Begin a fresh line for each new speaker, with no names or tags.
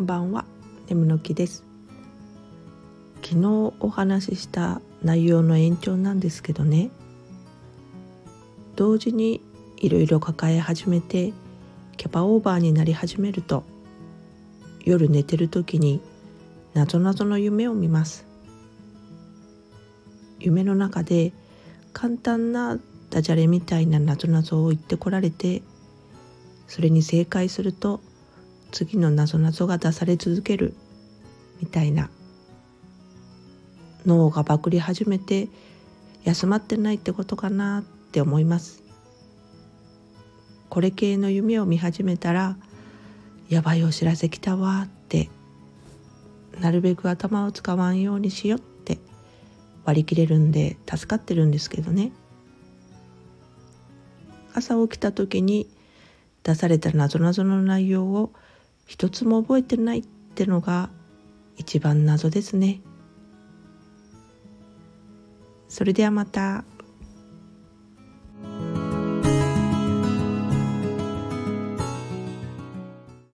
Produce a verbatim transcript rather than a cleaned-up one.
ばんは、眠の木です。昨日お話しした内容の延長なんですけどね、同時にいろいろ抱え始めてキャパオーバーになり始めると、夜寝てる時になぞなぞの夢を見ます。夢の中で簡単なダジャレみたいななぞなぞを言ってこられて、それに正解すると次のなぞなぞが出され続けるみたいな、脳がバグり始めて休まってないってことかなって思います。これ系の夢を見始めたら、やばいお知らせ来たわってなるべく頭を使わんようにしようって割り切れるんで助かってるんですけどね。朝起きた時に出されたなぞなぞの内容を一つも覚えてないってのが一番謎ですね。それではまた。